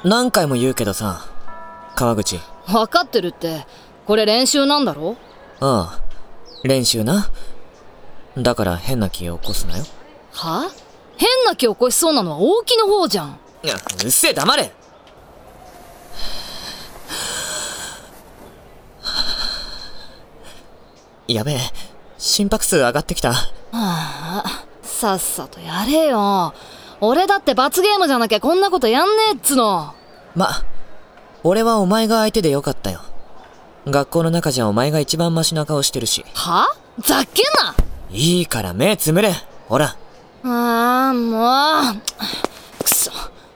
何回も言うけどさ、川口。 分かってるって。これ練習なんだろ？ ああ、練習な。だから変な気起こすなよ。 は？変な気起こしそうなのは大木の方じゃん。 いや、うっせえ、黙れ。やべえ、心拍数上がってきた。 さっさとやれよ。俺だって罰ゲームじゃなきゃこんなことやんねえっつの。 俺はお前が相手でよかったよ。学校の中じゃお前が一番マシな顔してるし。 は？ざっけんな。 いいから目つむれ。ほら。 もうくそ。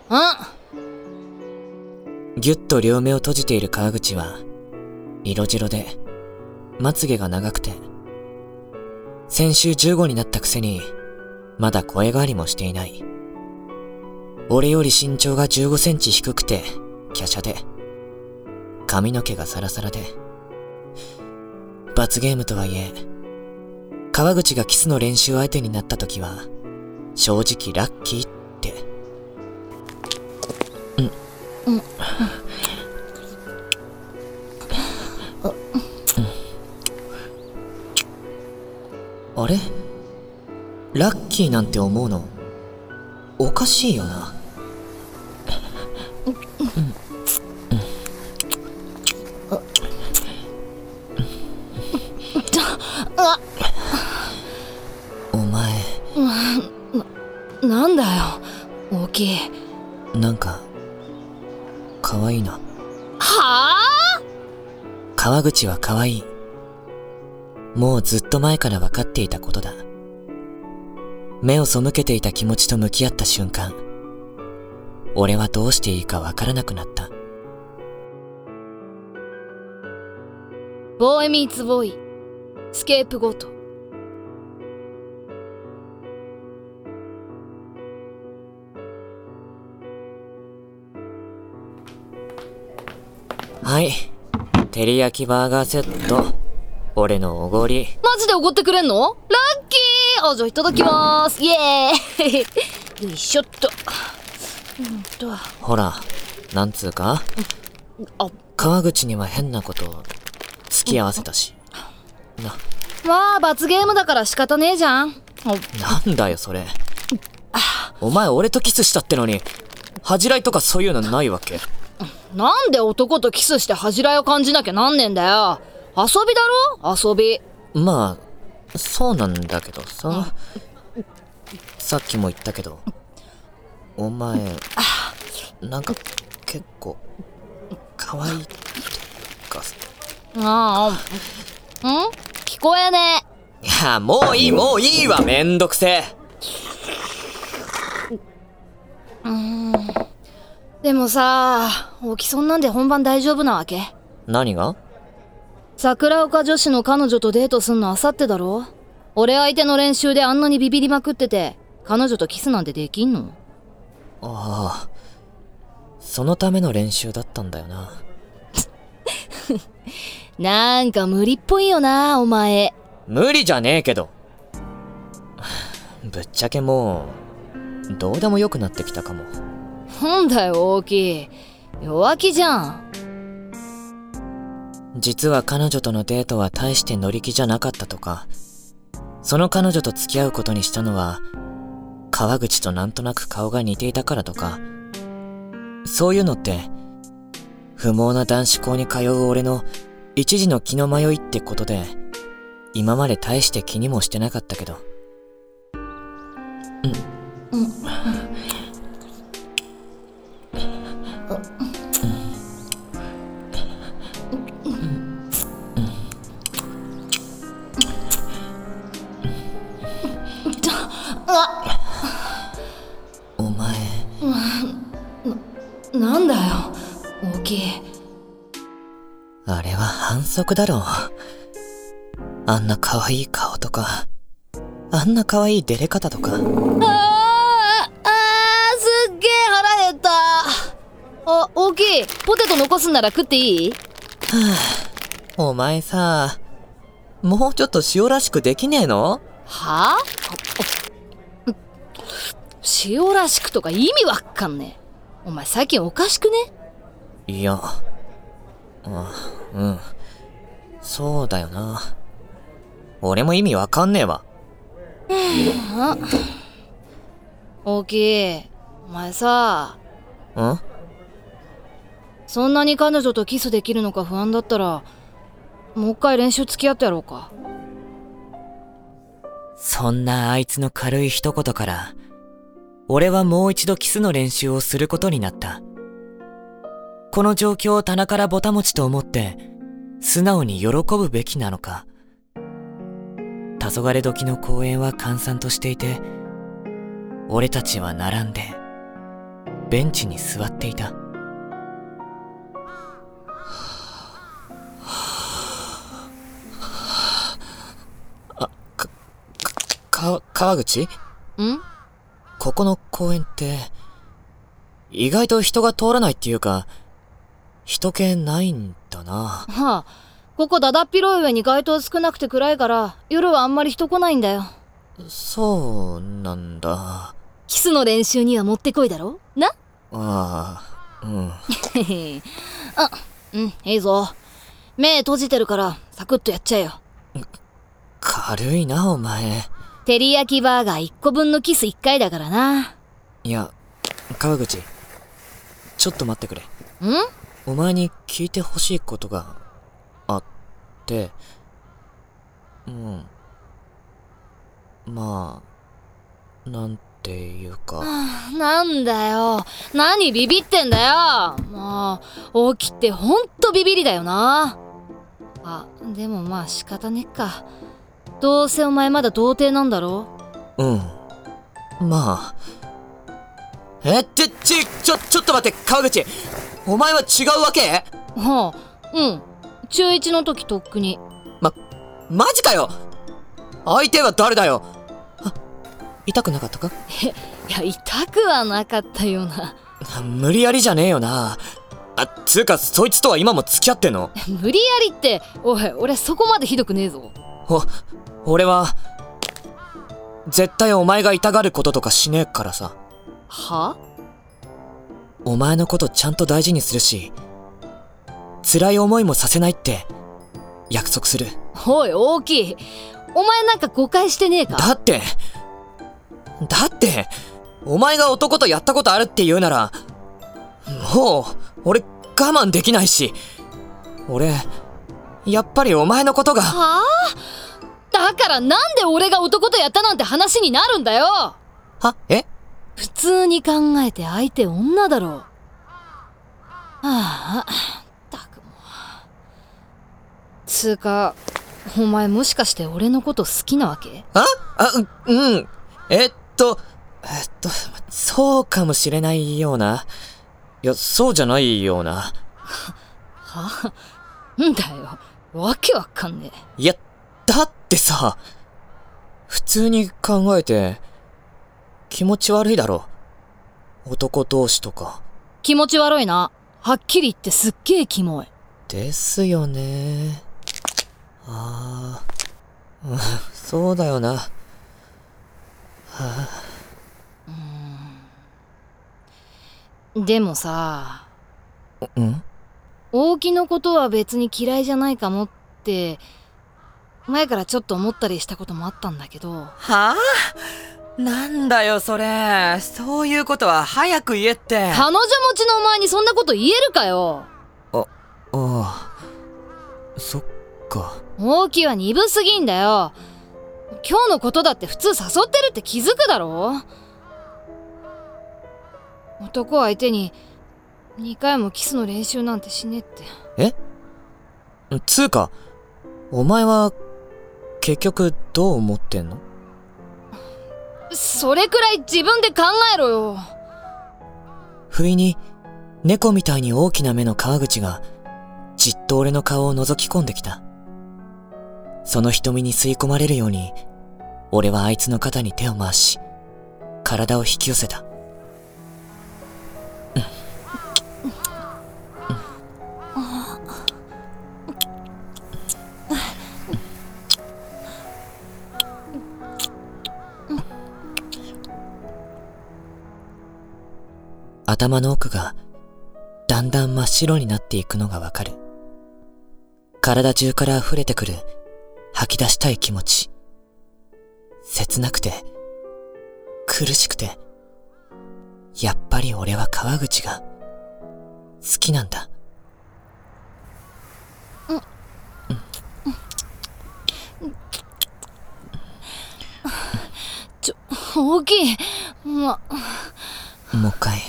ぎゅっと両目を閉じている川口は色白でまつげが長くて、先週15になったくせにまだ声変わりもしていない。俺より身長が15センチ低くて華奢で、髪の毛がサラサラで。罰ゲームとはいえ、川口がキスの練習相手になった時は正直ラッキーって。あれ？ラッキーなんて思うのおかしいよな。お前なんだよ大きい。 なんか可愛いな。 はあ？ 川口は可愛い。もうずっと前から分かっていたことだ。目を背けていた気持ちと向き合った瞬間、俺はどうしていいか分からなくなった。 ボーイミーツボーイ、スケープゴート。 はい、照り焼きバーガーセット。俺のおごり。 マジでおごってくれんの？ラッキー。じゃあいただきまーす。イエーイ。よいしょっと。 ほら、なんつうか、川口には変なこと付き合わせたしな。 まあ罰ゲームだから仕方ねえじゃん。 なんだよそれ。お前俺とキスしたってのに恥じらいとかそういうのないわけ？ なんで男とキスして恥じらいを感じなきゃなんねえんだよ。遊びだろ、遊び。 まあそうなんだけどさ、さっきも言ったけどお前なんか結構可愛いってか。 聞こえねえ。いやもういいわ、めんどくせえ。 でもさ、大木そんなんで本番大丈夫なわけ？ 何が？ 桜岡女子の彼女とデートすんのあさってだろ。俺相手の練習であんなにビビりまくってて、彼女とキスなんてできんの？ ああ、そのための練習だったんだよな。 なんか無理っぽいよなお前。 無理じゃねえけど、ぶっちゃけもうどうでもよくなってきたかも。 なんだよ大きい、弱気じゃん。 実は彼女とのデートは大して乗り気じゃなかったとか、その彼女と付き合うことにしたのは川口となんとなく顔が似ていたからとか、そういうのって不毛な男子校に通う俺の一時の気の迷いってことで、今まで大して気にもしてなかったけど。お前なんだよ大きい。 あれは反則だろ。あんな可愛い顔とか、あんな可愛い出れ方とか。 すっげえ腹減った。大きい、ポテト残すんなら食っていい？ お前さ、もうちょっと塩らしくできねえの？ はぁ？塩らしくとか意味わっかんねえ。 お前最近おかしくね？ いや、うん。そうだよな。俺も意味わかんねえわ。 大きい。お前さ、 ん？ そんなに彼女とキスできるのか不安だったら、もう一回練習付き合ってやろうか。 そんなあいつの軽い一言から、俺はもう一度キスの練習をすることになった。この状況を棚からぼたもちと思って、素直に喜ぶべきなのか。黄昏時の公園は閑散としていて、俺たちは並んで、ベンチに座っていた。川口？ ん？ ここの公園って、意外と人が通らないっていうか、人気ないんだな。 はあ、ここだだっ広い上に街灯少なくて暗いから、夜はあんまり人来ないんだよ。 そうなんだ。 キスの練習にはもってこいだろ？な？ ああ、うん。 あ、いいぞ。目閉じてるからサクッとやっちゃえよ。 軽いなお前。 照り焼きバーガー1個分のキス1回だからな。 いや、川口、ちょっと待ってくれ。 ん？ お前に聞いてほしいことがあって、まあ、なんていうか。 なんだよ。何ビビってんだよ。もう、大きってほんとビビりだよな。あ、でもまあ仕方ねっか。どうせお前まだ童貞なんだろ？ まあ。ちょっと待って、川口。お前は違うわけ？ はあ、中1の時とっくに。 マジかよ。相手は誰だよ。痛くなかったか？ いや、痛くはなかったような。 無理やりじゃねえよな。つうか、そいつとは今も付き合ってんの？ 無理やりって、おい、俺そこまでひどくねえぞ。 俺は、絶対お前が痛がることとかしねえからさ。 は？ お前のことちゃんと大事にするし、辛い思いもさせないって約束する。 おい、大きい。お前なんか誤解してねえか？ だって、お前が男とやったことあるって言うなら、もう、俺我慢できないし、俺、やっぱりお前のことが。 はあ？だからなんで俺が男とやったなんて話になるんだよ。 え？ 普通に考えて相手女だろ。はあ、たくも。つうか、お前もしかして俺のこと好きなわけ？ うん。そうかもしれないような。いや、そうじゃないような。 は？んだよ。わけわかんねえ。 いや、だってさ、普通に考えて、気持ち悪いだろ。男同士とか。 気持ち悪いな。はっきり言ってすっげえキモい。 ですよね。そうだよな。はあ、 でもさ、 ん？ 大木のことは別に嫌いじゃないかもって、前からちょっと思ったりしたこともあったんだけど。 はあ？なんだよそれ。そういうことは早く言えって。 彼女持ちのお前にそんなこと言えるかよ。 そっか。 大木は鈍すぎんだよ。今日のことだって普通誘ってるって気づくだろ。男相手に2回もキスの練習なんてしねえって。 つうか、お前は結局どう思ってんの？ それくらい自分で考えろよ。 不意に猫みたいに大きな目の川口がじっと俺の顔を覗き込んできた。その瞳に吸い込まれるように、俺はあいつの肩に手を回し、体を引き寄せた。 頭の奥がだんだん真っ白になっていくのがわかる。体中から溢れてくる吐き出したい気持ち。切なくて、苦しくて、やっぱり俺は川口が好きなんだ。 大きい。 もう一回。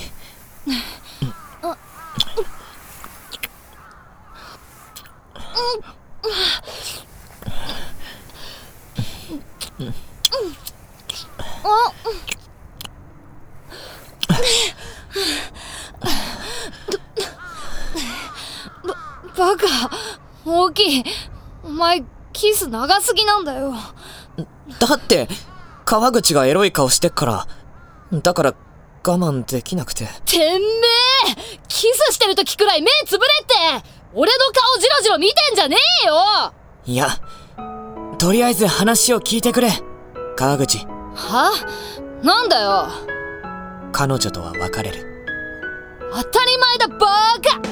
バカ、大きい。お前キス長すぎなんだよ。 だって川口がエロい顔してっから、だから我慢できなくて。 てめえ、キスしてる時くらい目つぶれって俺の顔じろじろ見てんじゃねえよ。 いや、とりあえず話を聞いてくれ、川口。 は？なんだよ。 彼女とは別れる。 当たり前だ、バカ。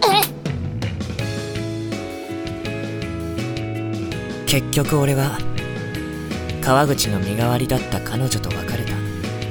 結局俺は川口の身代わりだった彼女と別れた。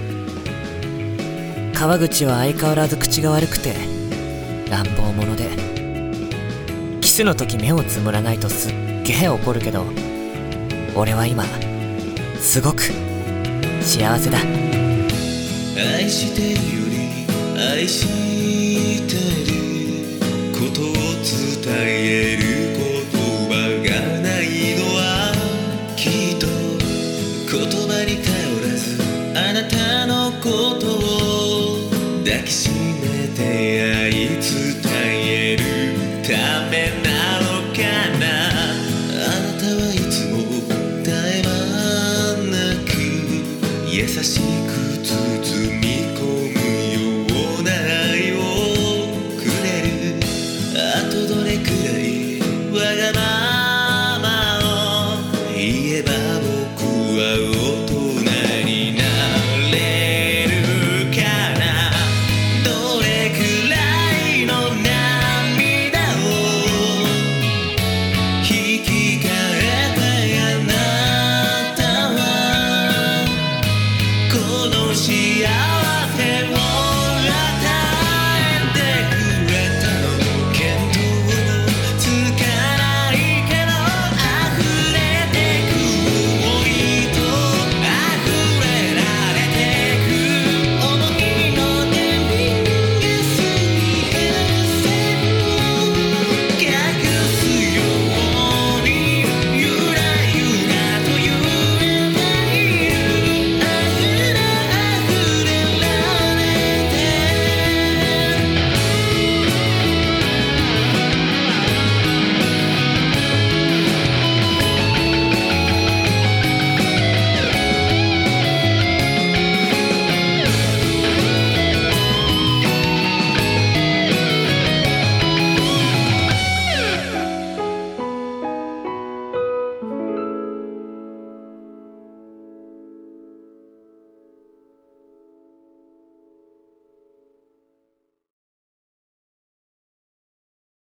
川口は相変わらず口が悪くて乱暴者で、キスの時目をつむらないとすっげえ怒るけど、俺は今すごく幸せだ。 愛してるより愛してることを伝える言葉がないのは、きっと言葉に頼らずあなたのことを抱きしめて愛伝えるためなのかな。あなたはいつも絶え間なく優しく包み込むような愛をくれる。あとどれくらいわがまま